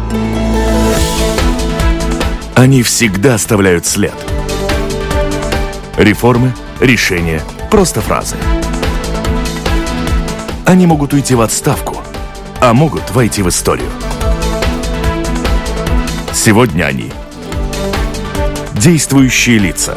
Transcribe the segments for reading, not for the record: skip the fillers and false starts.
Они всегда оставляют след. Реформы, решения, просто фразы. Они могут уйти в отставку, а могут войти в историю. Сегодня они – действующие лица.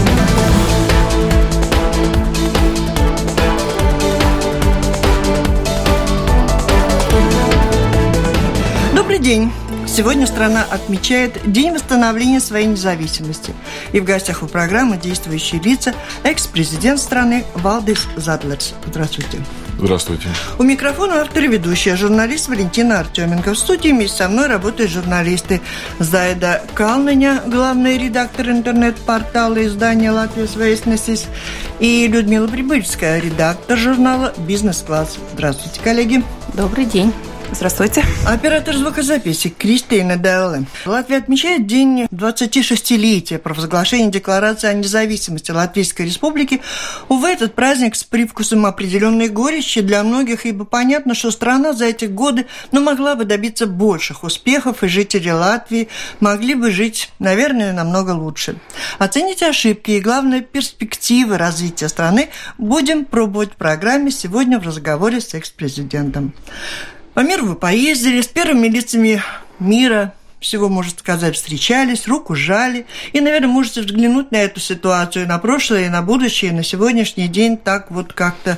Добрый день! Сегодня страна отмечает День восстановления своей независимости. И в гостях у программы «Действующие лица» экс-президент страны Валдис Задлерс. Здравствуйте. Здравствуйте. У микрофона автор и ведущая, журналист Валентина Артеменко. В студии вместе со мной работают журналисты Зайда Калныня, главный редактор интернет-портала издания «Латвия Свейснесис», и Людмила Прибыльская, редактор журнала «Бизнес-класс». Здравствуйте, коллеги. Добрый день. Здравствуйте. Оператор звукозаписи Кристина Делле. Латвия отмечает день 26-летия провозглашения Декларации о независимости Латвийской Республики. Увы, этот праздник с привкусом определенной горечи для многих, ибо понятно, что страна за эти годы могла бы добиться больших успехов, и жители Латвии могли бы жить, наверное, намного лучше. Оцените ошибки и, главное, перспективы развития страны будем пробовать в программе сегодня в разговоре с экс-президентом. По миру вы поездили, с первыми лицами мира, всего, можно сказать, встречались, руку жали. И, наверное, можете взглянуть на эту ситуацию, на прошлое, и на будущее, и на сегодняшний день так вот как-то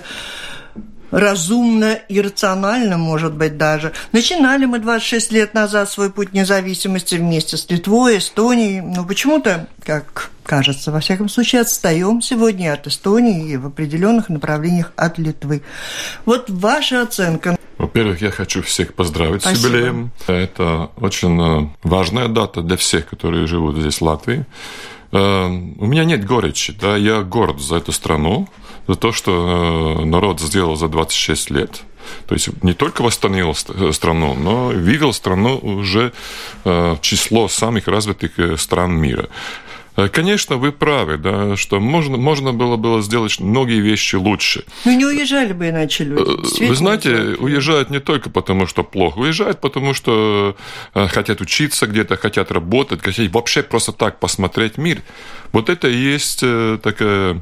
разумно и рационально, может быть, даже. Начинали мы 26 лет назад свой путь независимости вместе с Литвой, Эстонией. Но почему-то, как кажется, во всяком случае, отстаем сегодня от Эстонии и в определенных направлениях от Литвы. Вот ваша оценка. Во-первых, я хочу всех поздравить с юбилеем. Это очень важная дата для всех, которые живут здесь, в Латвии. У меня нет горечи, да, я горд за эту страну, за то, что народ сделал за 26 лет. То есть не только восстановил страну, но вывел страну уже в число самых развитых стран мира. Конечно, вы правы, да, что можно было сделать многие вещи лучше. Не уезжали бы иначе люди. Вы знаете, уезжают не только потому, что плохо. Уезжают потому, что хотят учиться где-то, хотят работать, хотят вообще просто так посмотреть мир. Вот это и есть такая...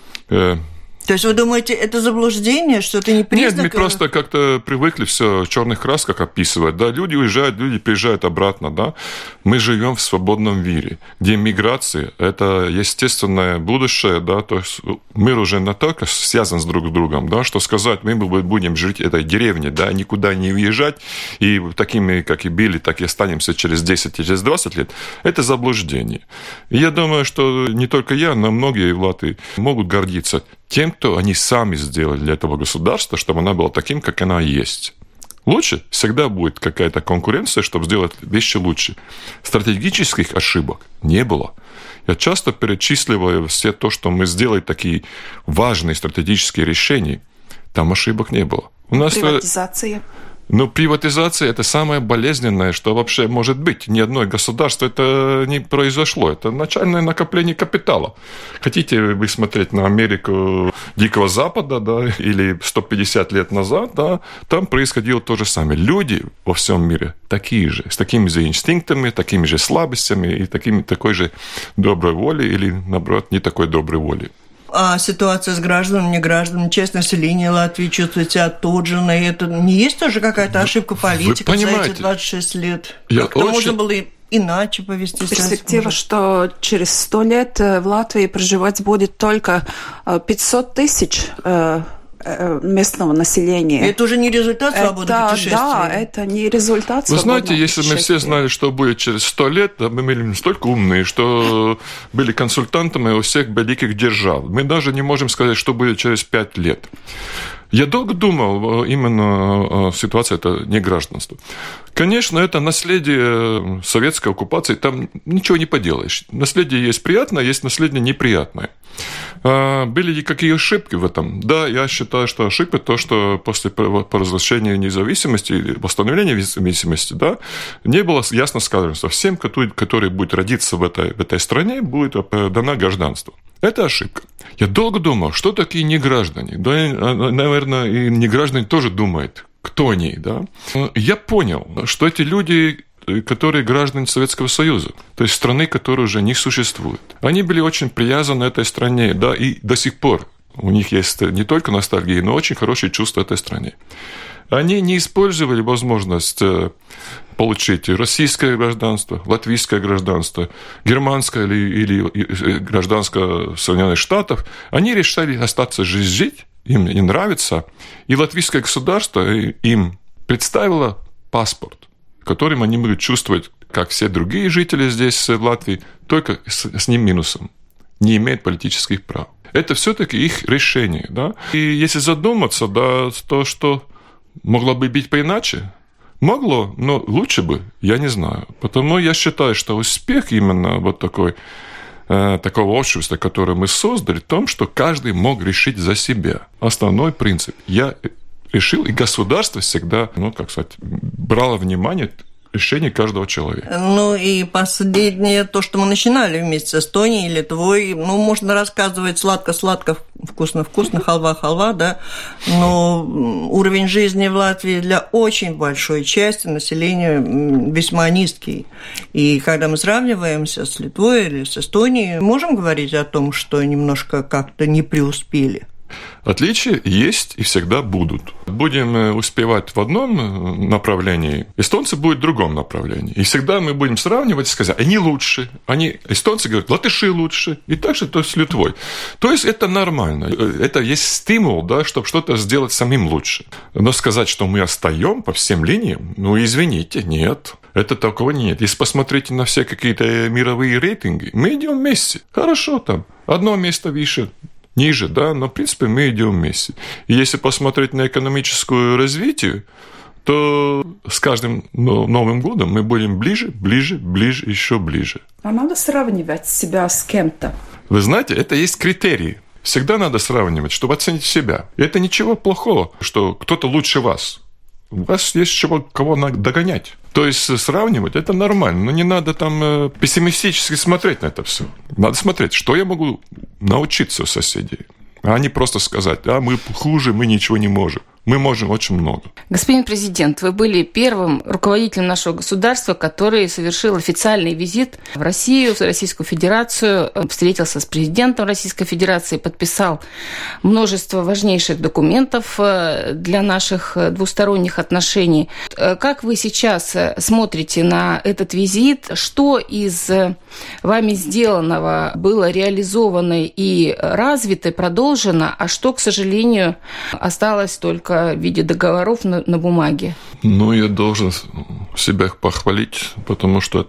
То есть вы думаете, это заблуждение, что это не признак? Нет, мы просто как-то привыкли все в черных красках описывать. Да, люди уезжают, люди приезжают обратно. Да. Мы живем в свободном мире, где миграция – это естественное будущее. Да, то есть мир уже настолько связан с друг с другом, да, что сказать, мы будем жить в этой деревне, да, никуда не уезжать, и такими, как и были, так и останемся через 10, через 20 лет – это заблуждение. И я думаю, что не только я, но многие в Латвии могут гордиться тем, кто они сами сделали для этого государства, чтобы она была таким, как она есть. Лучше всегда будет какая-то конкуренция, чтобы сделать вещи лучше. Стратегических ошибок не было. Я часто перечисливаю все то, что мы сделали, такие важные стратегические решения. Там ошибок не было. У нас приватизация. Приватизация – это самое болезненное, что вообще может быть. Ни одно государство это не произошло. Это начальное накопление капитала. Хотите вы смотреть на Америку Дикого Запада, да, или 150 лет назад, да, там происходило то же самое. Люди во всем мире такие же, с такими же инстинктами, такими же слабостями и такой же доброй волей или, наоборот, не такой доброй волей. А ситуация с гражданами, негражданами, часть населения Латвии чувствует себя отторженной. Это не есть тоже какая-то ошибка политиков за эти 26 лет? Можно было иначе повести себя. Перспектива, что через 100 лет в Латвии проживать будет только 500 тысяч местного населения. Это уже не результат свободы путешествия. Да, это не результат свободного путешествия. Вы знаете, если мы все знали, что будет через 100 лет, да, мы были настолько умные, что были консультантами у всех великих держав. Мы даже не можем сказать, что будет через 5 лет. Я долго думал именно ситуация это негражданство. Конечно, это наследие советской оккупации, там ничего не поделаешь. Наследие есть приятное, есть наследие неприятное. Были ли какие ошибки в этом? Да, я считаю, что ошибка то, что после провозглашения независимости, восстановления независимости, да, не было ясно сказано, что всем, который будет родиться в этой стране, будет дано гражданство. Это ошибка. Я долго думал, что такие неграждане. Да, наверное, и неграждане тоже думают, кто они, да. Я понял, что эти люди которые граждане Советского Союза, то есть страны, которая уже не существует. Они были очень привязаны этой стране, да, и до сих пор у них есть не только ностальгия, но очень хорошие чувства этой стране. Они не использовали возможность получить российское гражданство, латвийское гражданство, германское или гражданство Соединенных Штатов. Они решили остаться жить, им не нравится. И латвийское государство им представило паспорт, которым они будут чувствовать, как все другие жители здесь, в Латвии, только с ним минусом. Не имеют политических прав. Это все-таки их решение. Да? И если задуматься, да, то, что могло бы быть поиначе, могло, но лучше бы, я не знаю. Потому я считаю, что успех именно вот такого общества, которое мы создали, в том, что каждый мог решить за себя. Основной принцип. Я решил, и государство всегда, брало внимание решение каждого человека. Ну и последнее, то, что мы начинали вместе с Эстонией, Литвой, можно рассказывать сладко-сладко, вкусно-вкусно, халва-халва, да, но уровень жизни в Латвии для очень большой части населения весьма низкий. И когда мы сравниваемся с Литвой или с Эстонией, можем говорить о том, что немножко как-то не преуспели? Отличия есть и всегда будут. Будем успевать в одном направлении, эстонцы будут в другом направлении. И всегда мы будем сравнивать и сказать, они лучше. Эстонцы говорят, латыши лучше. И так же то с Литвой. То есть это нормально. Это есть стимул, да, чтобы что-то сделать самим лучше. Но сказать, что мы отстаем по всем линиям, извините, нет. Это такого нет. Если посмотреть на все какие-то мировые рейтинги, мы идем вместе. Хорошо там. Одно место выше, ниже, да, но, в принципе, мы идем вместе. И если посмотреть на экономическое развитие, то с каждым Новым годом мы будем ближе, еще ближе. А надо сравнивать себя с кем-то? Вы знаете, это есть критерии. Всегда надо сравнивать, чтобы оценить себя. И это ничего плохого, что кто-то лучше вас. У вас есть кого надо догонять. То есть сравнивать – это нормально, но не надо там пессимистически смотреть на это все. Надо смотреть, что я могу научиться у соседей, а не просто сказать, мы хуже, мы ничего не можем. Мы можем очень много. Господин президент, вы были первым руководителем нашего государства, который совершил официальный визит в Россию, в Российскую Федерацию, встретился с президентом Российской Федерации, подписал множество важнейших документов для наших двусторонних отношений. Как вы сейчас смотрите на этот визит? Что из вами сделанного было реализовано и развито, продолжено, а что, к сожалению, осталось только в виде договоров на бумаге? Я должен себя похвалить, потому что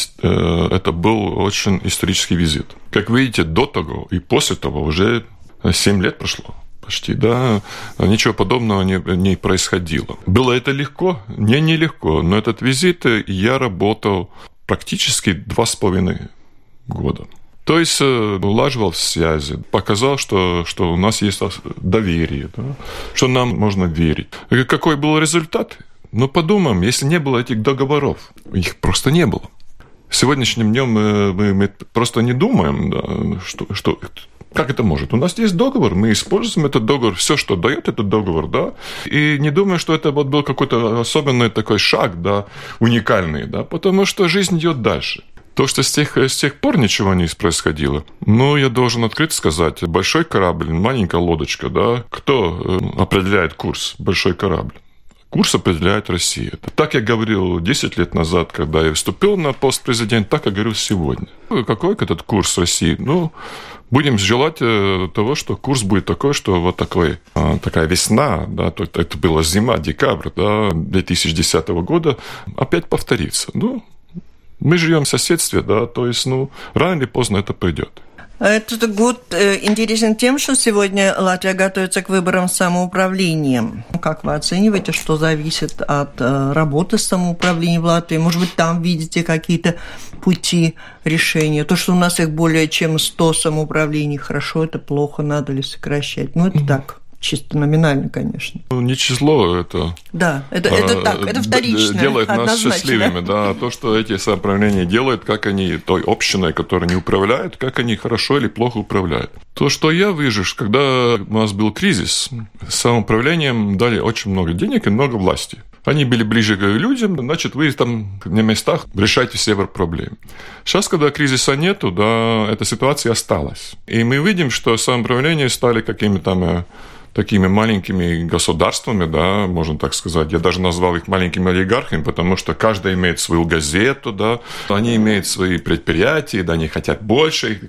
это был очень исторический визит. Как видите, до того и после того уже 7 лет прошло. Почти, да, ничего подобного не происходило. Было это легко? Нелегко, но этот визит я работал практически 2,5 года. То есть улаживал связи, показал, что у нас есть доверие, да, что нам можно верить. И какой был результат? Подумаем, если не было этих договоров, их просто не было. Сегодняшним днем мы просто не думаем, да, что как это может? У нас есть договор, мы используем этот договор, все, что дает этот договор, да, и не думаю, что это был какой-то особенный такой шаг, да, уникальный, да, потому что жизнь идет дальше. То, что с тех пор ничего не происходило, я должен открыто сказать, большой корабль, маленькая лодочка, да, кто определяет курс? Большой корабль. Курс определяет Россия. Так я говорил 10 лет назад, когда я вступил на пост президента, так я говорю сегодня. Какой этот курс России? Будем желать того, что курс будет такой, что вот такая весна, да, это была зима, декабрь, да, 2010 года, опять повторится. Мы живем в соседстве, да, то есть, рано или поздно это придет. Этот год интересен тем, что сегодня Латвия готовится к выборам с самоуправлением. Как вы оцениваете, что зависит от работы с самоуправлением в Латвии? Может быть, там видите какие-то пути решения? То, что у нас их более чем 100 самоуправлений, хорошо, это плохо, надо ли сокращать? Это так. Чисто номинально, конечно. Не число это. Да, это так, это вторично. Делает нас счастливыми, да. То, что эти самоуправления делают, как они той общиной, которая не управляет, как они хорошо или плохо управляют. То, что я вижу, когда у нас был кризис, с самоуправлением дали очень много денег и много власти. Они были ближе к людям, значит, вы там на местах решаете все проблемы. Сейчас, когда кризиса нету, да, эта ситуация осталась. И мы видим, что самоуправление стали какими-то там такими маленькими государствами, да, можно так сказать. Я даже назвал их маленькими олигархами, потому что каждый имеет свою газету, да, они имеют свои предприятия, да, они хотят больше.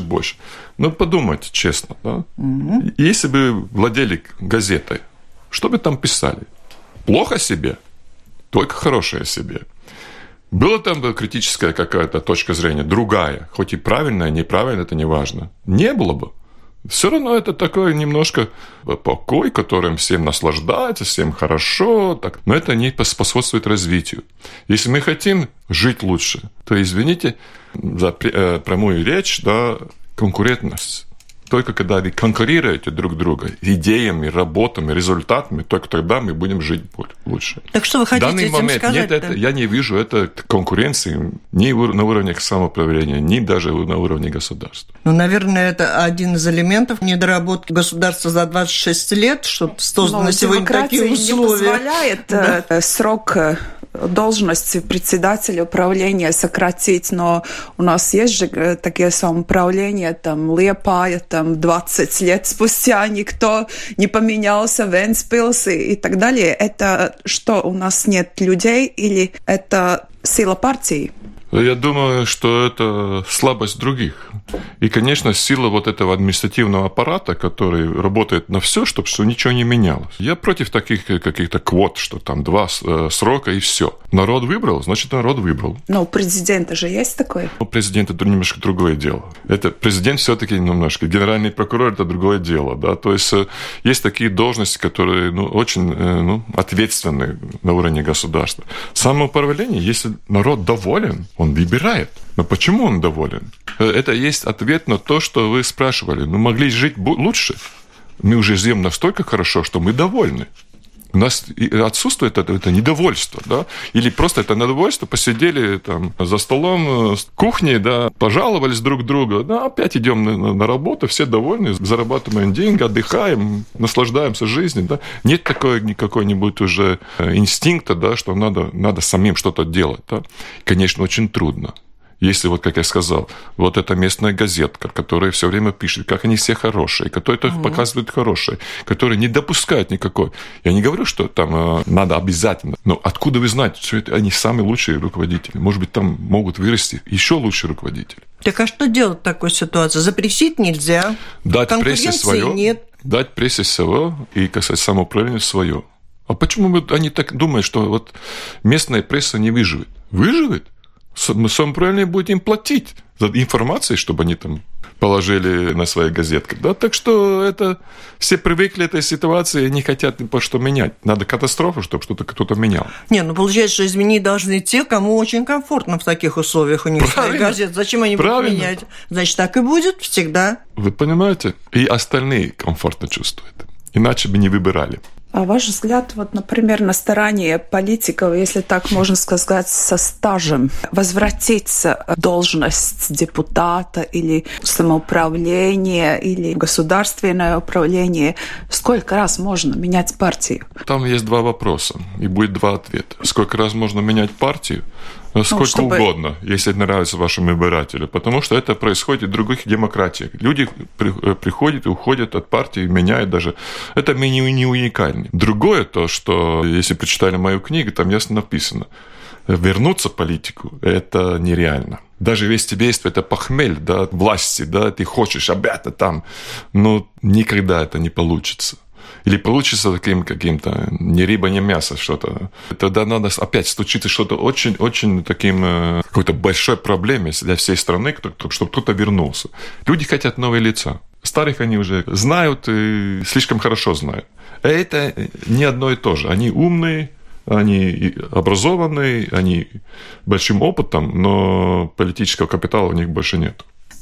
Ну, подумайте честно, да. Если бы владели газетой, что бы там писали? Плохо о себе? Только хорошее о себе. Была там критическая какая-то точка зрения, другая, хоть и правильная, неправильная, это не важно. Не было бы. Все равно это такой немножко покой, которым всем наслаждается, всем хорошо, так. Но это не способствует развитию. Если мы хотим жить лучше, то, извините за прямую речь, да, конкурентность. Только когда вы конкурируете друг друга идеями, работами, результатами, только тогда мы будем жить лучше. Так что вы хотите в данный этим момент сказать? Нет, я не вижу это конкуренции ни на уровне самоуправления, ни даже на уровне государства. Ну, наверное, это один из элементов недоработки государства за 26 лет, что созданы сегодня такие условия. Не позволяет срок должности председателя управления сократить, но у нас есть же такие самоуправления, там, Liepāja, там, 20 лет спустя никто не поменялся, Вентспилс и так далее. Это что, у нас нет людей или это сила партии? Я думаю, что это слабость других. И, конечно, сила вот этого административного аппарата, который работает на все, чтобы ничего не менялось. Я против таких каких-то квот, что там 2 срока и все. Народ выбрал, значит, народ выбрал. Но у президента же есть такое? У президента это немножко другое дело. Это президент все-таки немножко. Генеральный прокурор – это другое дело. Да? То есть есть такие должности, которые очень ответственны на уровне государства. Самоуправление, если народ доволен, он выбирает. Но почему он доволен? Это есть ответ на то, что вы спрашивали. Мы могли жить лучше. Мы уже живем настолько хорошо, что мы довольны. У нас отсутствует это недовольство, да? Или просто это недовольство, посидели там за столом с кухней, да, пожаловались друг другу, да, опять идем на работу, все довольны, зарабатываем деньги, отдыхаем, наслаждаемся жизнью, да? Нет такой какой-нибудь уже инстинкта, да, что надо самим что-то делать, да? Конечно, очень трудно. Если, вот как я сказал, вот эта местная газетка, которая все время пишет, как они все хорошие, которые показывают хорошее, которые не допускают никакой. Я не говорю, что там надо обязательно, но откуда вы знаете, что это они самые лучшие руководители? Может быть, там могут вырасти еще лучшие руководители. Так а что делать в такой ситуации? Запретить нельзя, дать прессе свое, нет. Дать прессе свое и, как сказать, самоуправлению свое. А почему они так думают, что вот местная пресса не выживет? Выживет? Самоуправление будет им платить за информацию, чтобы они там положили на свои газетки. Да? Так что это все привыкли к этой ситуации и не хотят ни по что менять. Надо катастрофу, чтобы кто-то менял. Не, получается, что изменить должны те, кому очень комфортно в таких условиях у них свои газеты. Зачем они будут менять? Значит, так и будет всегда. Вы понимаете? И остальные комфортно чувствуют. Иначе бы не выбирали. А ваш взгляд, вот, например, на стороне политиков, если так можно сказать, со стажем, возвратиться в должность депутата или самоуправление, или государственное управление, сколько раз можно менять партию? Там есть 2 вопроса, и будет 2 ответа. Сколько раз можно менять партию? Сколько угодно, если это нравится вашим избирателям, потому что это происходит в других демократиях. Люди приходят и уходят от партии, меняют даже. Это не уникально. Другое то, что, если прочитали мою книгу, там ясно написано, вернуться в политику – это нереально. Даже весь тебе есть это похмель, да, власти, да, ты хочешь обята там, но никогда это не получится. Или получится таким каким-то ни рыба, ни мясо что-то. Тогда надо опять случиться что-то очень таким какой-то большой проблеме для всей страны, чтобы кто-то вернулся. Люди хотят новые лица. Старых они уже знают и слишком хорошо знают. А это не одно и то же. Они умные, они образованные, они большим опытом, но политического капитала у них больше нет. К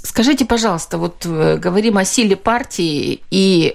Скажите, пожалуйста, вот говорим о силе партии и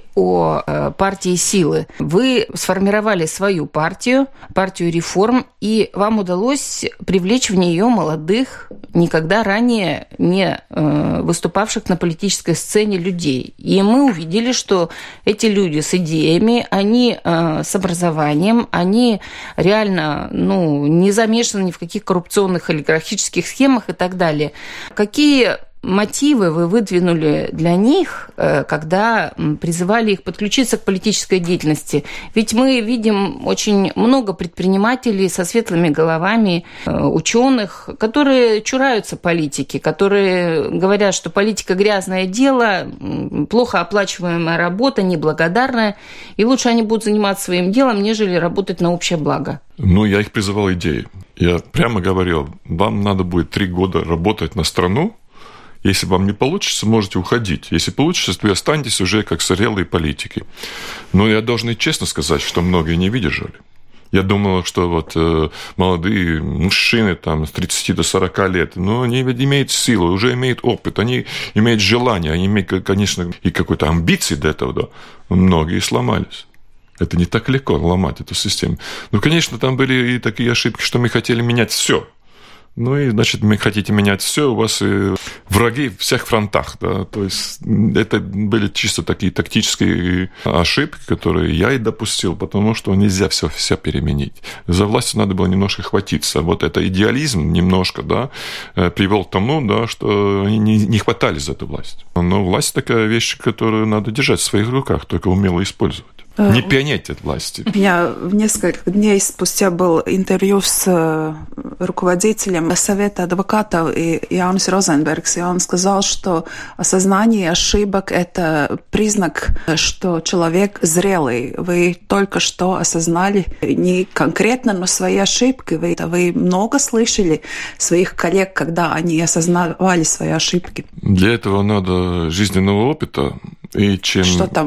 о партии силы. Вы сформировали свою партию реформ, и вам удалось привлечь в нее молодых, никогда ранее не выступавших на политической сцене людей. И мы увидели, что эти люди с идеями, они с образованием, они реально не замешаны ни в каких коррупционных олигархических схемах и так далее. Какие мотивы вы выдвинули для них, когда призывали их подключиться к политической деятельности? Ведь мы видим очень много предпринимателей со светлыми головами, ученых, которые чураются политики, которые говорят, что политика – грязное дело, плохо оплачиваемая работа, неблагодарная, и лучше они будут заниматься своим делом, нежели работать на общее благо. Я их призывал идеей. Я прямо говорил, вам надо будет 3 года работать на страну. Если вам не получится, можете уходить. Если получится, то вы останетесь уже как зрелые политики. Но я должен честно сказать, что многие не выдержали. Я думал, что вот молодые мужчины там, с 30 до 40 лет, они имеют силу, уже имеют опыт, они имеют желание, они имеют, конечно, и какой-то амбиции до этого. Да. Многие сломались. Это не так легко ломать эту систему. Конечно, там были и такие ошибки, что мы хотели менять все. И, значит, вы хотите менять все, у вас и враги в всех фронтах, да, то есть это были чисто такие тактические ошибки, которые я и допустил, потому что нельзя все переменить. За власть надо было немножко хватиться. Вот это идеализм немножко, да, привел к тому, да, что они не хватались за эту власть. Но власть такая вещь, которую надо держать в своих руках, только умело использовать. Не пионерить от власти. У меня несколько дней спустя был интервью с руководителем Совета адвокатов Jānis Rozenbergs, и он сказал, что осознание ошибок – это признак, что человек зрелый. Вы только что осознали не конкретно, но свои ошибки. Вы много слышали своих коллег, когда они осознавали свои ошибки? Для этого надо жизненного опыта. И чем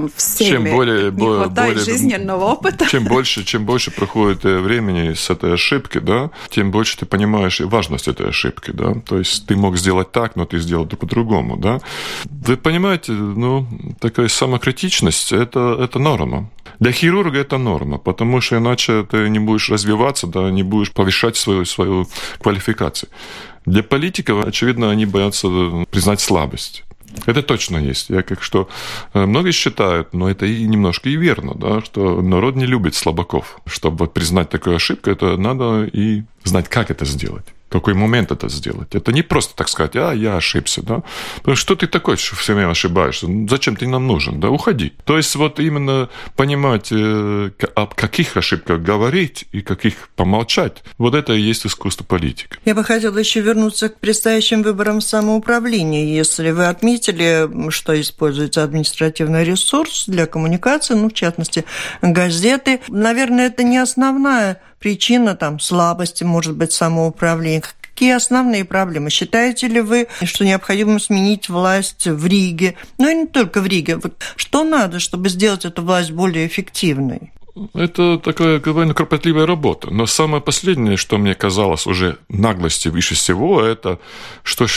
более жизненного опыта. Чем больше проходит времени с этой ошибки, да, тем больше ты понимаешь важность этой ошибки, да. То есть ты мог сделать так, но ты сделал по-другому, да. Вы понимаете, такая самокритичность – это норма. Для хирурга это норма, потому что иначе ты не будешь развиваться, да, не будешь повышать свою квалификацию. Для политиков, очевидно, они боятся признать слабость. Это точно есть. Многие считают, но это и немножко и верно, да, что народ не любит слабаков. Чтобы признать такую ошибку, это надо и знать, как это сделать. В какой момент это сделать. Это не просто так сказать, я ошибся, да. Потому что ты такой, что все время ошибаешься? Зачем ты нам нужен? Да, уходи. То есть вот именно понимать, о каких ошибках говорить и каких помолчать, вот это и есть искусство политики. Я бы хотела еще вернуться к предстоящим выборам самоуправления. Если вы отметили, что используется административный ресурс для коммуникации, в частности, газеты, наверное, это не основная причина слабости, может быть, самоуправления. Какие основные проблемы? Считаете ли вы, что необходимо сменить власть в Риге? И не только в Риге. Что надо, чтобы сделать эту власть более эффективной? Это такая довольно кропотливая работа. Но самое последнее, что мне казалось уже наглостью выше всего, это что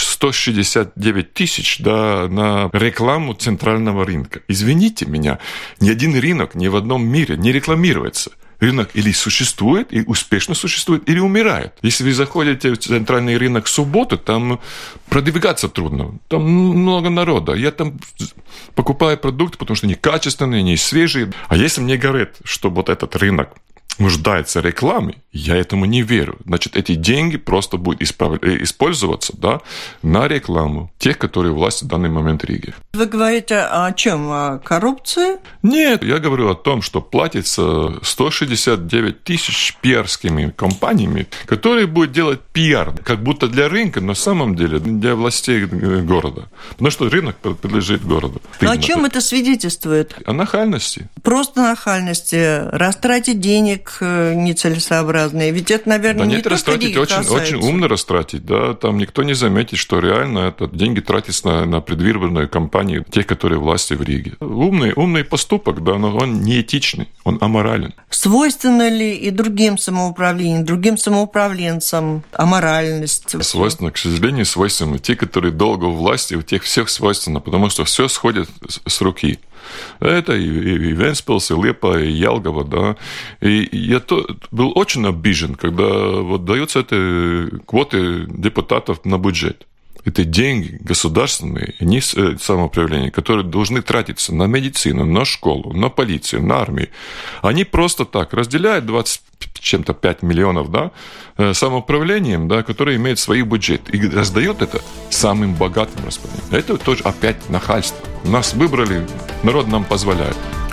169 тысяч на рекламу центрального рынка. Извините меня, ни один рынок ни в одном мире не рекламируется. Рынок или существует, и успешно существует, или умирает. Если вы заходите в центральный рынок в субботу, там продвигаться трудно. Там много народа. Я там покупаю продукты, потому что они качественные, они свежие. А если мне говорят, что вот этот рынок нуждается в рекламе, я этому не верю. Значит, эти деньги просто будут использоваться, да, на рекламу тех, которые у власти в данный момент в Риге. Вы говорите о чем? О коррупции? Нет, я говорю о том, что платится 169 тысяч пиарскими компаниями, которые будут делать пиар, как будто для рынка, но на самом деле для властей города. Потому что рынок принадлежит городу. Но о чем это свидетельствует? О нахальности. Просто нахальности, растрате денег, как нецелесообразные? Ведь это, наверное, да не только Риги касается. Очень умно растратить, да, там никто не заметит, что реально это деньги тратятся на предвыборную кампанию тех, которые власти в Риге. Умный поступок, да, но он неэтичный, он аморален. Свойственно ли и другим самоуправлениям, другим самоуправленцам аморальность? Свойственно, к сожалению, свойственно. Те, которые долго у власти, у тех всех свойственно, потому что все сходит с руки. Это и Вентспилс, и Лепа, и Ялгова, да. И я был очень обижен, когда вот даются эти квоты депутатов на бюджет. Это деньги государственные, не самоуправление, которые должны тратиться на медицину, на школу, на полицию, на армию. Они просто так разделяют 25 миллионов, да, самоуправлением, да, которые имеют свой бюджет, и раздают это самым богатым распределением. Это тоже опять нахальство. Нас выбрали, народ нам позволяет.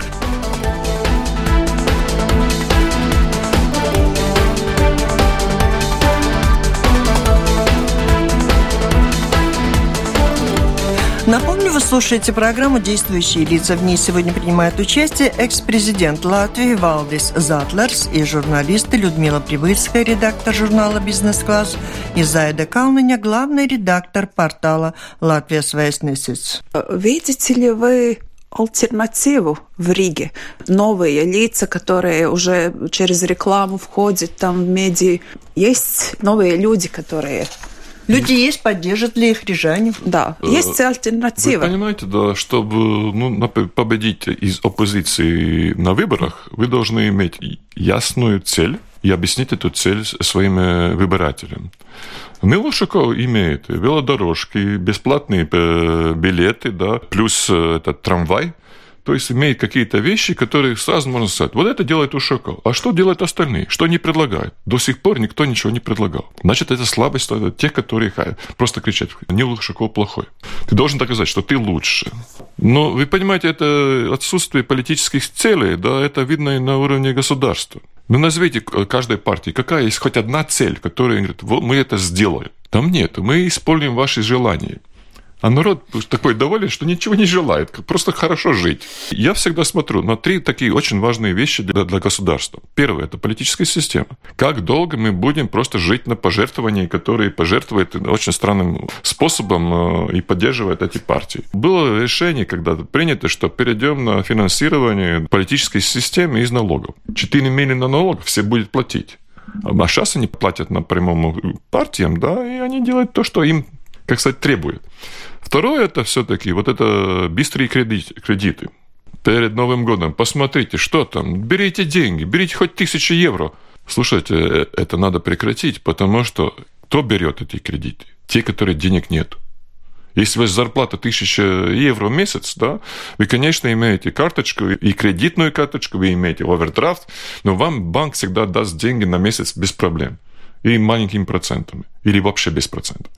Напомню, вы слушаете программу «Действующие лица». В ней сегодня принимают участие экс-президент Латвии Валдис Затлерс и журналисты Людмила Привыцкая, редактор журнала «Бизнес-класс», и Зайда Калниņa, главный редактор портала «Латвия Сvēstnesis». Видите ли вы альтернативу в Риге? Новые лица, которые уже через рекламу входят там в медиа. Есть новые люди, которые... Люди есть, поддержат ли их рижане? Да, есть альтернатива. Вы понимаете, да, чтобы победить из оппозиции на выборах, вы должны иметь ясную цель и объяснить эту цель своим выбирателям. Милошиков имеет велодорожки, бесплатные билеты, да, плюс этот трамвай. То есть имеет какие-то вещи, которые сразу можно сказать, вот это делает Ушаков. А что делают остальные? Что они предлагают? До сих пор никто ничего не предлагал. Значит, это слабость тех, которые просто кричат, не Ушаков плохой. Ты должен доказать, что ты лучше. Но вы понимаете, это отсутствие политических целей, да, это видно и на уровне государства. Ну, назовите каждой партии, какая есть хоть одна цель, которая говорит, вот мы это сделаем. Там нет, мы исполним ваши желания. А народ такой доволен, что ничего не желает, просто хорошо жить. Я всегда смотрю на три такие очень важные вещи для государства. Первое – это политическая система. Как долго мы будем просто жить на пожертвовании, которые пожертвуют очень странным способом и поддерживают эти партии. Было решение когда-то принято, что перейдем на финансирование политической системы из налогов. 4 миллиона налогов все будут платить. А сейчас они платят напрямую партиям, да, и они делают то, что им, как сказать, требует. Второе – это все-таки вот это быстрые кредиты. Перед Новым годом посмотрите, что там. Берите деньги, берите хоть 1000 евро. Слушайте, это надо прекратить, потому что кто берет эти кредиты? Те, которые денег нет. Если у вас зарплата 1000 евро в месяц, да, вы, конечно, имеете карточку и кредитную карточку, вы имеете овердрафт, но вам банк всегда даст деньги на месяц без проблем. И маленькими процентами. Или вообще без процентов.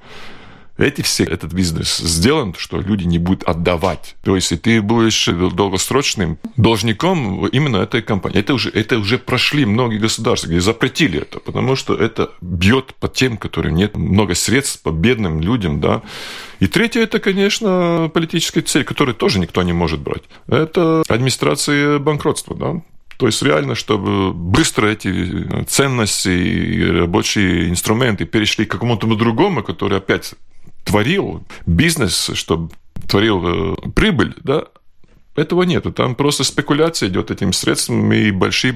Этот бизнес сделан, что люди не будут отдавать. То есть, и ты будешь долгосрочным должником именно этой компании. Это уже прошли многие государства, где запретили это, потому что это бьет по тем, которым нет много средств, по бедным людям, да. И третье, это, конечно, политическая цель, которую тоже никто не может брать. Это администрация банкротства, да. То есть реально, чтобы быстро эти ценности и рабочие инструменты перешли к какому-то другому, который опять творил бизнес, чтобы творил прибыль, да, этого нету. Там просто спекуляция идет этим средством и большие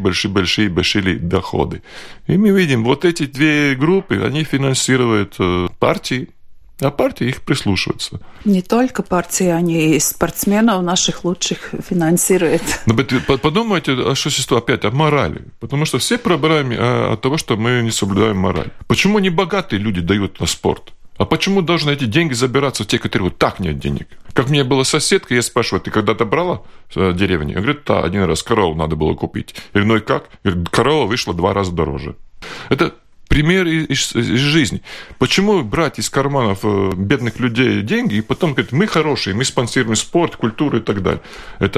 доходы. И мы видим, вот эти две группы, они финансируют партии, а партии их прислушиваются. Не только партии, они и спортсменов наших лучших финансируют. Но подумайте, о существе опять, о морали. Потому что все проблемы от того, что мы не соблюдаем мораль. Почему не богатые люди дают на спорт? А почему должны эти деньги забираться у тех, которые вот так нет денег? Как у меня была соседка, я спрашиваю, ты когда-то брала в деревне? Она говорит, да, один раз корову надо было купить. Я говорю, ну и как? Говорит, корова вышла 2 раза дороже. Это пример из жизни. Почему брать из карманов бедных людей деньги и потом говорить, мы хорошие, мы спонсируем спорт, культуру и так далее? Это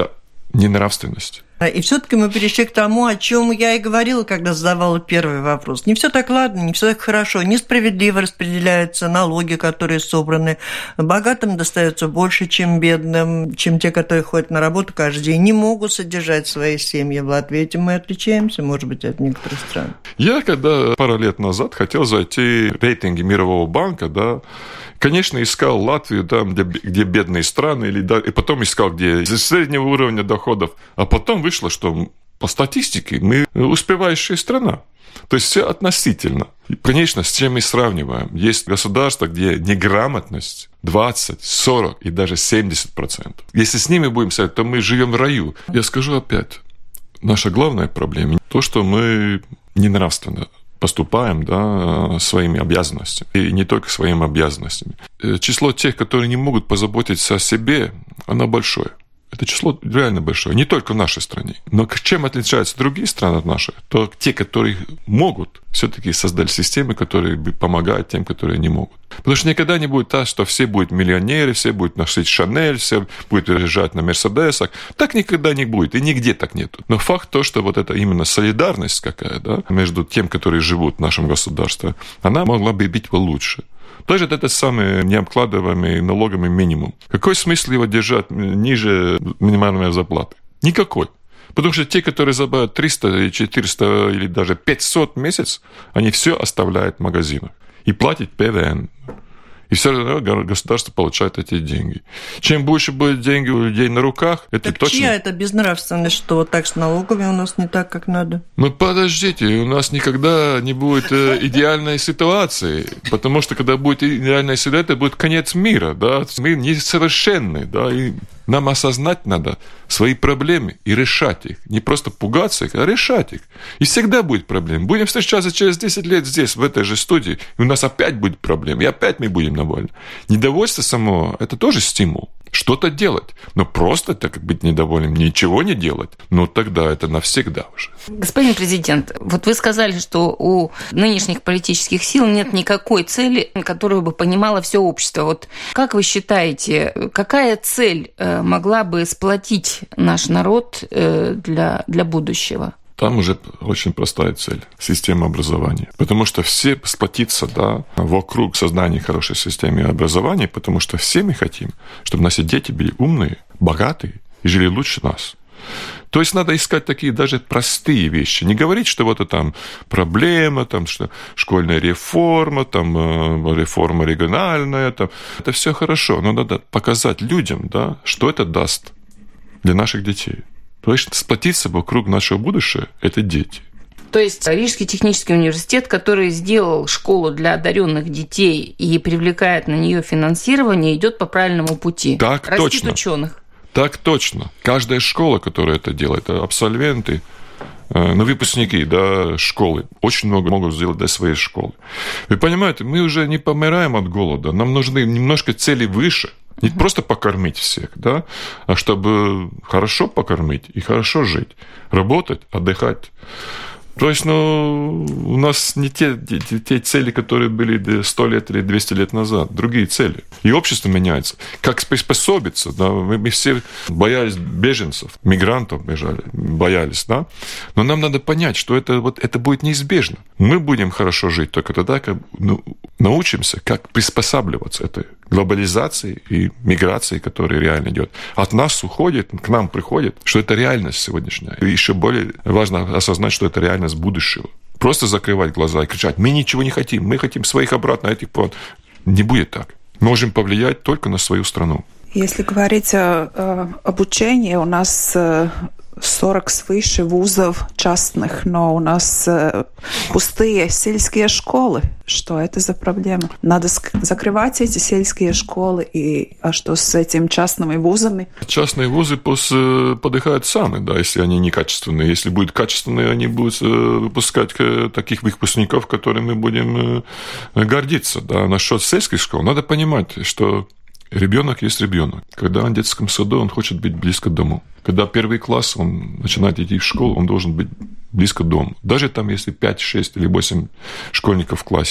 ненравственность. И все-таки мы перешли к тому, о чем я и говорила, когда задавала первый вопрос. Не все так ладно, не все так хорошо, несправедливо распределяются налоги, которые собраны. Богатым достается больше, чем бедным, чем те, которые ходят на работу каждый день, не могут содержать свои семьи. В Латвии этим мы отличаемся, может быть, от некоторых стран. Я, когда пару лет назад хотел зайти в рейтинги Мирового банка, да, конечно, искал Латвию там, где бедные страны, и потом искал, где среднего уровня доходов, а потом вышло, что по статистике мы успевающая страна. То есть все относительно. И, конечно, с чем мы сравниваем? Есть государства, где неграмотность 20, 40 и даже 70%. Если с ними будем сравнивать, то мы живем в раю. Я скажу опять, наша главная проблема – то, что мы ненравственно поступаем, да, своими обязанностями. И не только своими обязанностями. Число тех, которые не могут позаботиться о себе, оно большое. Это число реально большое. Не только в нашей стране. Но чем отличаются другие страны от нашей? То те, которые могут, все-таки создали системы, которые помогают тем, которые не могут. Потому что никогда не будет так, что все будут миллионеры, все будут носить Шанель, все будут приезжать на Мерседесах. Так никогда не будет, и нигде так нет. Но факт то, что вот это именно солидарность какая, да, между тем, которые живут в нашем государстве, она могла бы быть лучше. Даже это самый необкладываемый налогами минимум. Какой смысл его держать ниже минимальной зарплаты? Никакой. Потому что те, которые забирают 300, 400 или даже 500 в месяц, они все оставляют в магазинах и платят ПВН. И все равно государство получает эти деньги. Чем больше будет деньги у людей на руках, это так точно... чья это безнравственность, что вот так с налогами у нас не так, как надо? Ну, подождите, у нас никогда не будет идеальной ситуации, потому что, когда будет идеальная ситуация, это будет конец мира, да, мы несовершенны, да, и нам осознать надо свои проблемы и решать их. Не просто пугаться их, а решать их. И всегда будет проблема. Будем встречаться через 10 лет здесь, в этой же студии, и у нас опять будет проблема, и опять мы будем довольны. Недовольство само – это тоже стимул. Что-то делать. Но просто так быть недовольным, ничего не делать, ну тогда это навсегда уже. Господин президент, вот вы сказали, что у нынешних политических сил нет никакой цели, которую бы понимало все общество. Вот как вы считаете, какая цель могла бы сплотить наш народ для будущего? Там уже очень простая цель – система образования. Потому что все сплотятся, да, вокруг создания хорошей системы образования, потому что все мы хотим, чтобы наши дети были умные, богатые и жили лучше нас. То есть надо искать такие даже простые вещи. Не говорить, что вот это там проблема, там, что школьная реформа, там, реформа региональная. Там. Это все хорошо, но надо показать людям, да, что это даст для наших детей. То есть сплотиться вокруг нашего будущего – это дети. То есть Рижский технический университет, который сделал школу для одаренных детей и привлекает на нее финансирование, идет по правильному пути. Так растит точно. Ученых. Так точно. Каждая школа, которая это делает, абсолвенты, выпускники, да, школы, очень много могут сделать для своей школы. Вы понимаете, мы уже не помираем от голода, нам нужны немножко цели выше. Не просто покормить всех, да, а чтобы хорошо покормить и хорошо жить, работать, отдыхать. То есть, у нас не те цели, которые были 100 лет или 200 лет назад, другие цели. И общество меняется. Как приспособиться, да, мы все боялись беженцев, мигрантов боялись, да, но нам надо понять, что это будет неизбежно. Мы будем хорошо жить только тогда, как научимся, как приспосабливаться этой глобализации и миграции, которая реально идет. От нас уходит, к нам приходит, что это реальность сегодняшняя. И еще более важно осознать, что это реальность будущего. Просто закрывать глаза и кричать: мы ничего не хотим, мы хотим своих обратно, этих не будет так. Мы можем повлиять только на свою страну. Если говорить о обучении, у нас 40 свыше вузов частных, но у нас пустые сельские школы. Что это за проблема? Надо закрывать эти сельские школы, а что с этими частными вузами? Частные вузы подыхают сами, да, если они некачественные. Если будут качественные, они будут выпускать таких выпускников, которыми мы будем гордиться. Да. Насчет сельских школ надо понимать, что ребенок есть ребенок. Когда он в детском саду, он хочет быть близко к дому. Когда первый класс, он начинает идти в школу, он должен быть близко к дому. Даже там, если 5, 6 или 8 школьников в классе.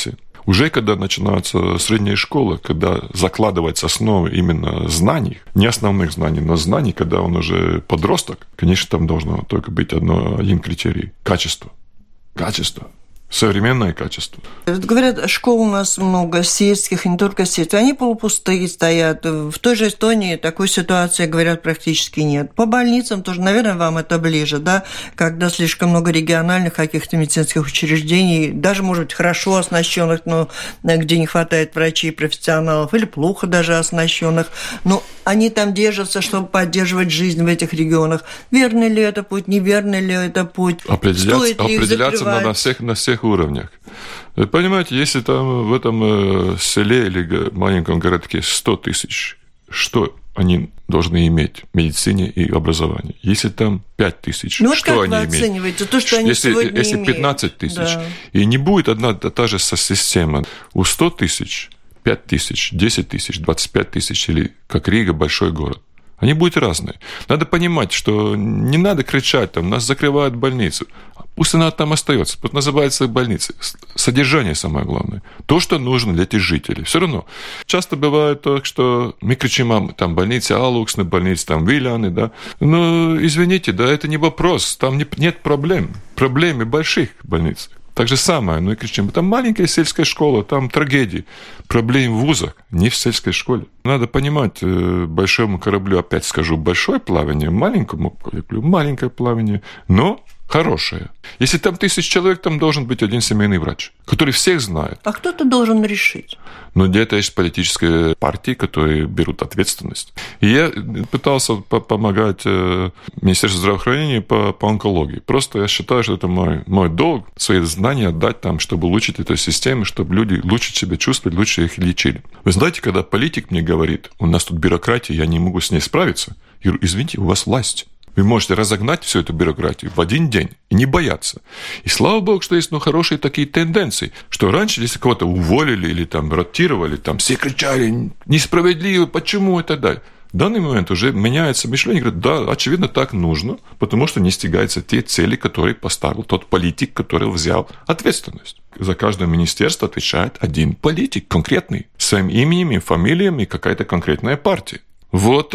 Уже когда начинается средняя школа, когда закладывается основы именно знаний, не основных знаний, но знаний, когда он уже подросток, конечно, там должно только быть один критерий – качество. Качество. Современное качество. Говорят, школ у нас много сельских, и не только сельских. Они полупустые стоят. В той же Эстонии такой ситуации, говорят, практически нет. По больницам тоже, наверное, вам это ближе, да? Когда слишком много региональных каких-то медицинских учреждений, даже, может быть, хорошо оснащенных, но где не хватает врачей, профессионалов, или плохо даже оснащенных. Но они там держатся, чтобы поддерживать жизнь в этих регионах. Верный ли это путь, неверный ли это путь? Определяться надо на всех уровнях. Вы понимаете, если там в этом селе или маленьком городке 100 тысяч, что они должны иметь в медицине и образовании? Если там 5 тысяч, что они имеют? Оцениваете то, что они сегодня если 15 тысяч, да. И не будет одна та же система. У 100 тысяч, 5 тысяч, 10 тысяч, 25 тысяч, или как Рига, большой город. Они будут разные. Надо понимать, что не надо кричать, там, нас закрывают больницу. Пусть она там остается. Вот называется больница. Содержание самое главное. То, что нужно для этих жителей. Все равно. Часто бывает так, что мы кричим, там больница Алуксны, больница там Виляны, да. Но, извините, да, это не вопрос. Там нет проблем. Проблемы больших больниц. Так же самое, и кричим, там маленькая сельская школа, там трагедии. Проблем в вузах, не в сельской школе. Надо понимать, большому кораблю, опять скажу, большое плавание, маленькому кораблю, маленькое плавание, но хорошее. Если там 1000 человек, там должен быть один семейный врач, который всех знает. А кто-то должен решить. Но где-то есть политические партии, которые берут ответственность. И я пытался помогать Министерству здравоохранения по онкологии. Просто я считаю, что это мой долг, свои знания отдать там, чтобы улучшить эту систему, чтобы люди лучше себя чувствовали, лучше их лечили. Вы знаете, когда политик мне говорит, у нас тут бюрократия, я не могу с ней справиться, я говорю, извините, у вас власть. Вы можете разогнать всю эту бюрократию в один день и не бояться. И слава богу, что есть хорошие такие тенденции, что раньше, если кого-то уволили или там ротировали, там все кричали, несправедливо, почему и так далее. В данный момент уже меняется мышление, говорят, да, очевидно, так нужно, потому что не достигаются те цели, которые поставил тот политик, который взял ответственность. За каждое министерство отвечает один политик конкретный, своим именем и фамилией и какая-то конкретная партия. Вот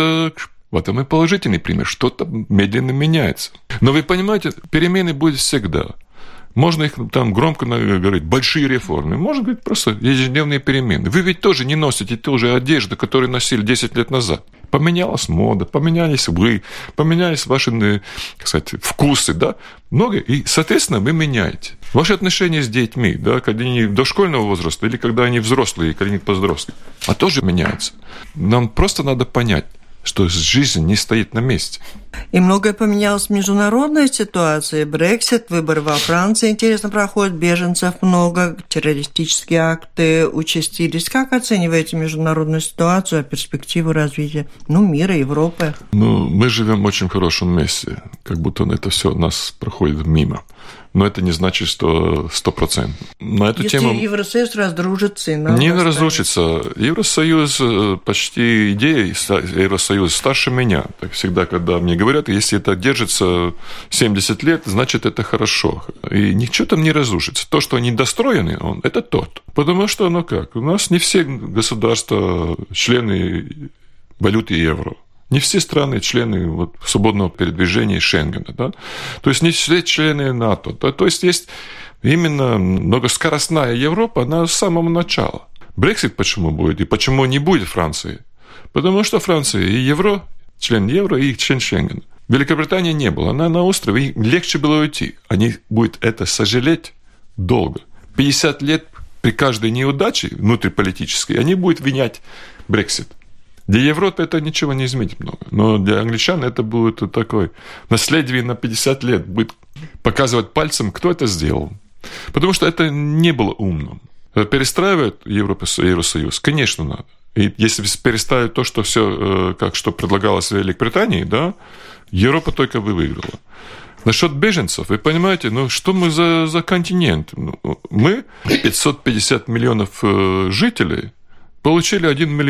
и положительный пример. Что-то медленно меняется. Но вы понимаете, перемены будут всегда. Можно их там громко говорить, большие реформы. Можно говорить просто ежедневные перемены. Вы ведь тоже не носите ту же одежду, которую носили 10 лет назад. Поменялась мода, поменялись вы, поменялись ваши, так сказать, вкусы, да? Много. И, соответственно, вы меняете. Ваши отношения с детьми, да, когда они дошкольного возраста или когда они взрослые, когда они подростки, тоже меняются. Нам просто надо понять, что жизнь не стоит на месте. И многое поменялось в международной ситуации. Брексит, выборы во Франции, интересно, проходят, беженцев много, террористические акты участились. Как оцениваете международную ситуацию, перспективу развития мира, Европы? Мы живем в очень хорошем месте, как будто это все нас проходит мимо. Но это не значит, что 100%. На эту тему Евросоюз раздружится и нам не разрушится. Евросоюз, почти идея Евросоюза старше меня. Так всегда, когда мне говорят, если это держится 70 лет, значит, это хорошо. И ничего там не разрушится. То, что они достроены, это тот. Потому что, у нас не все государства члены валюты евро. Не все страны члены свободного передвижения Шенгена, да? То есть не все члены НАТО. То есть есть именно многоскоростная Европа, она с самого начала. Брексит почему будет и почему не будет Франции? Потому что Франция и член евро, и член Шенгена. Великобритании не было, она на острове, им легче было уйти. Они будут это сожалеть долго. 50 лет при каждой неудаче внутриполитической они будут винять Брексит. Для Европы это ничего не изменит много. Но для англичан это будет такое наследие на 50 лет. Будет показывать пальцем, кто это сделал. Потому что это не было умным. Перестраивать Евросоюз, конечно, надо. И если переставить то, что все, что предлагалось в Великобритании, да, Европа только бы выиграла. Насчет беженцев, вы понимаете, что мы за континент? Мы, 550 миллионов жителей, получили 1 миллион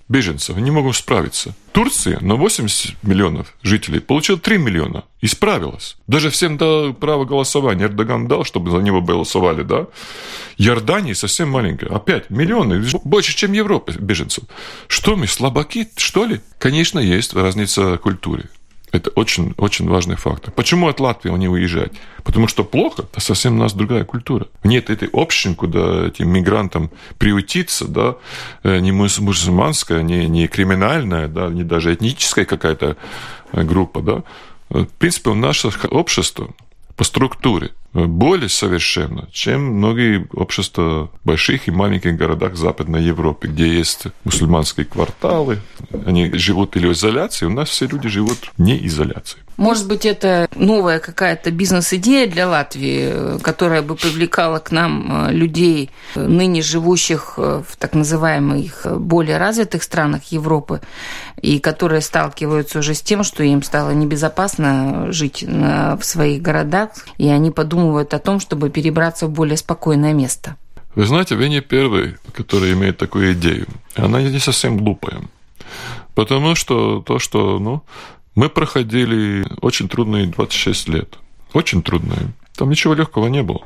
беженцев, не могут справиться. Турция на 80 миллионов жителей получила 3 миллиона и справилась. Даже всем дал право голосования. Эрдоган дал, чтобы за него голосовали, да? Иордания совсем маленькая. Опять миллионы, больше, чем Европа беженцев. Что мы, слабаки, что ли? Конечно, есть разница в культуре. Это очень, очень важный фактор. Почему от Латвии они уезжают? Потому что плохо, это совсем у нас другая культура. Нет этой общины, куда этим мигрантам приютиться, да, не мусульманская, не криминальная, да, не даже этническая какая-то группа. Да. В принципе, наше общество по структуре более совершенно, чем многие общества в больших и маленьких городах Западной Европы, где есть мусульманские кварталы. Они живут или в изоляции, у нас все люди живут не в изоляции. Может быть, это новая какая-то бизнес-идея для Латвии, которая бы привлекала к нам людей, ныне живущих в так называемых более развитых странах Европы, и которые сталкиваются уже с тем, что им стало небезопасно жить в своих городах, и они подумывают о том, чтобы перебраться в более спокойное место. Вы знаете, вы не первый, который имеет такую идею. Она не совсем глупая. Потому что мы проходили очень трудные 26 лет. Очень трудные. Там ничего легкого не было.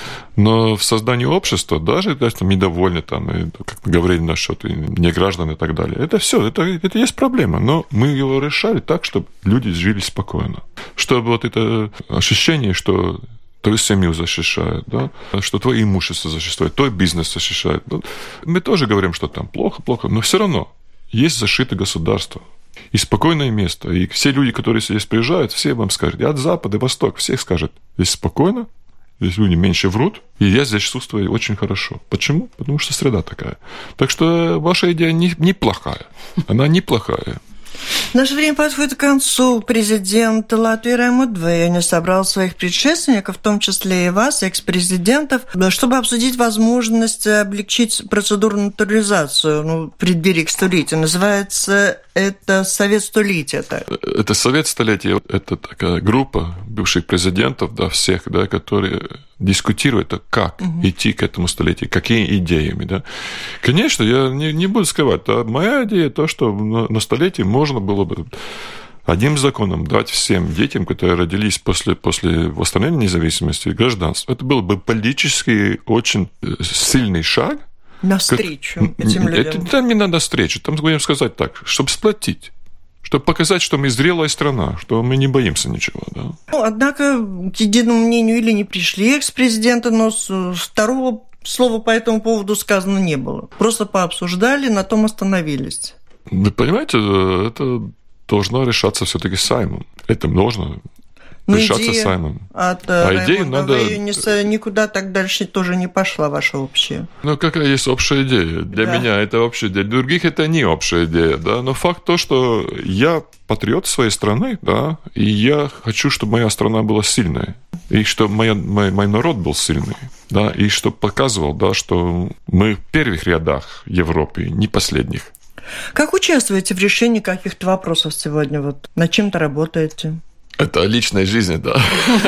Но в создании общества, даже если там недовольны, там, как мы говорили насчет неграждан и так далее, это все, это есть проблема. Но мы его решали так, чтобы люди жили спокойно. Чтобы вот это ощущение, что твою семью защищают, да? Что твое имущество защищает, твой бизнес защищает. Да? Мы тоже говорим, что там плохо, но все равно есть защита государства. И спокойное место. И все люди, которые здесь приезжают, все вам скажут, и от запада, и востока, все скажут, здесь спокойно, здесь люди меньше врут, и я здесь чувствую очень хорошо. Почему? Потому что среда такая. Так что ваша идея неплохая. Она неплохая. Наше время подходит к концу. Президент Латвии Раймонд Vējuņa собрал своих предшественников, в том числе и вас, экс-президентов, чтобы обсудить возможность облегчить процедуру натурализацию в преддверии к столетию. Называется это Совет столетия. Это Совет столетия. Это такая группа бывших президентов, да, всех, да, которые дискутируют, как идти к этому столетию, какими идеями. Да. Конечно, я не буду скрывать, да, моя идея то, что на столетии можно было бы одним законом дать всем детям, которые родились после восстановления независимости, гражданство. Это был бы политически очень сильный шаг. Навстречу этим людям. Там не надо встречи, там будем сказать так, чтобы сплотить. Чтобы показать, что мы зрелая страна, что мы не боимся ничего. Да? Однако, к единому мнению или не пришли экс-президенты, но второго слова по этому поводу сказано не было. Просто пообсуждали, на том остановились. Вы понимаете, это должно решаться все-таки Саймом. Это должно решаться Саймом. Идея надо... никуда так дальше тоже не пошла, ваша общая. Какая есть общая идея? Для меня это общая идея. Для других это не общая идея. Да? Но факт то, что я патриот своей страны, да, и я хочу, чтобы моя страна была сильной. И чтобы мой народ был сильный. Да, и чтобы показывал, да, что мы в первых рядах Европы, не последних. Как участвуете в решении каких-то вопросов сегодня? Над чем-то работаете? Это о личной жизни, да.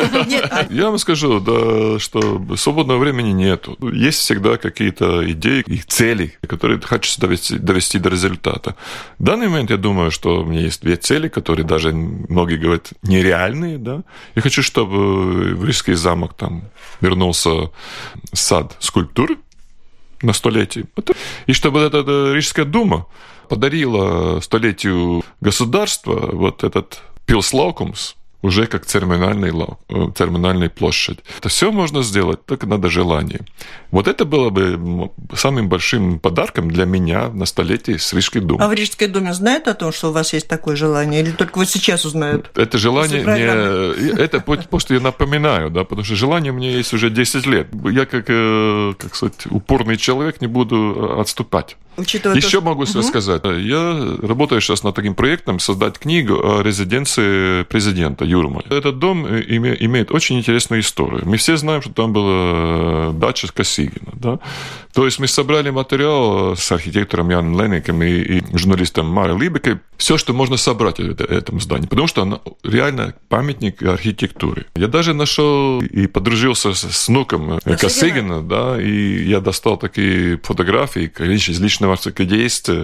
Я вам скажу, да, что свободного времени нет. Есть всегда какие-то идеи и цели, которые хочется довести до результата. В данный момент я думаю, что у меня есть две цели, которые даже многие говорят нереальные. Да? Я хочу, чтобы в Рижский замок там вернулся сад скульптур на столетие. И чтобы эта Рижская дума подарила столетию государства вот этот Пилслаукумс уже как терминальная площадь. Это все можно сделать, только надо желание. Вот это было бы самым большим подарком для меня на столетие с Рижской думой. А в Рижской думе знают о том, что у вас есть такое желание, или только вот сейчас узнают? Это желание мне... Это просто я напоминаю, да, потому что желание у меня есть уже 10 лет. Я как сказать, упорный человек не буду отступать. Еще могу сказать. Я работаю сейчас над таким проектом создать книгу о резиденции президента Юрмаля. Этот дом имеет очень интересную историю. Мы все знаем, что там была дача Косыгина. Да? То есть мы собрали материал с архитектором Яном Ленником и журналистом Марой Либекой. Все, что можно собрать в этом здании. Потому что оно реально памятник архитектуры. Я даже нашел и подружился с внуком Косыгина, да, и я достал такие фотографии из личного архива, где есть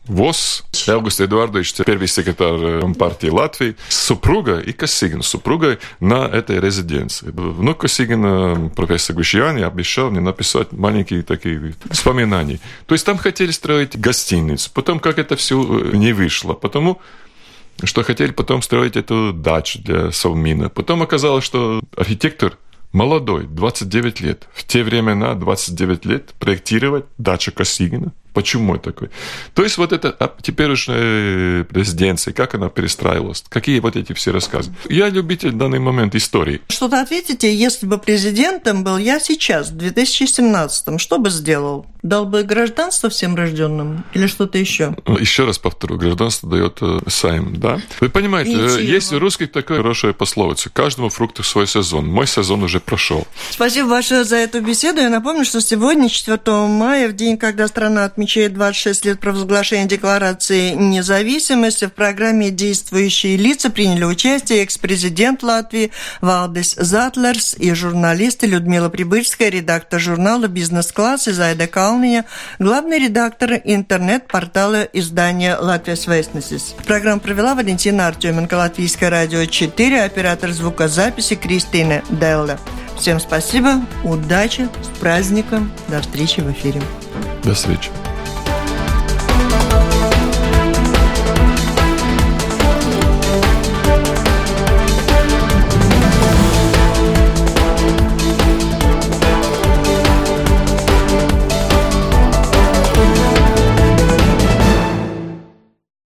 ВОС, Augusts Эдуардович, первый секретарь партии Латвии, супруга и Косыгин, супругой на этой резиденции. Внук Косыгина, профессор Гущияни, обещал мне написать маленькие такие воспоминания. То есть там хотели строить гостиницу, потом как это все не вышло, потому что хотели потом строить эту дачу для Совмина. Потом оказалось, что архитектор молодой, 29 лет. В те времена 29 лет проектировать дачу Косыгина. Почему это такое? То есть вот это теперешняя резиденция, как она перестраивалась, какие вот эти все рассказы. Я любитель в данный момент истории. Что-то ответите, если бы президентом был я сейчас, в 2017-м, что бы сделал? Дал бы гражданство всем рожденным или что-то еще? Еще раз повторю, гражданство дает Сайм, да? Вы понимаете, есть у русских такая хорошая пословица: каждому фрукту свой сезон. Мой сезон уже прошел. Спасибо большое за эту беседу. Я напомню, что сегодня, 4 мая, в день, когда страна отмечает 26 лет провозглашения Декларации независимости, в программе «Действующие лица» приняли участие экс-президент Латвии Валдис Затлерс и журналисты Людмила Прибыльская, редактор журнала «Бизнес-класс» и Зайда Калниņa, главный редактор интернет-портала издания «Латвijas Vēstnesis». Программу провела Валентина Артеменко, Латвийское радио 4, оператор звукозаписи Кристина Делле. Всем спасибо, удачи, с праздником, до встречи в эфире. До встречи.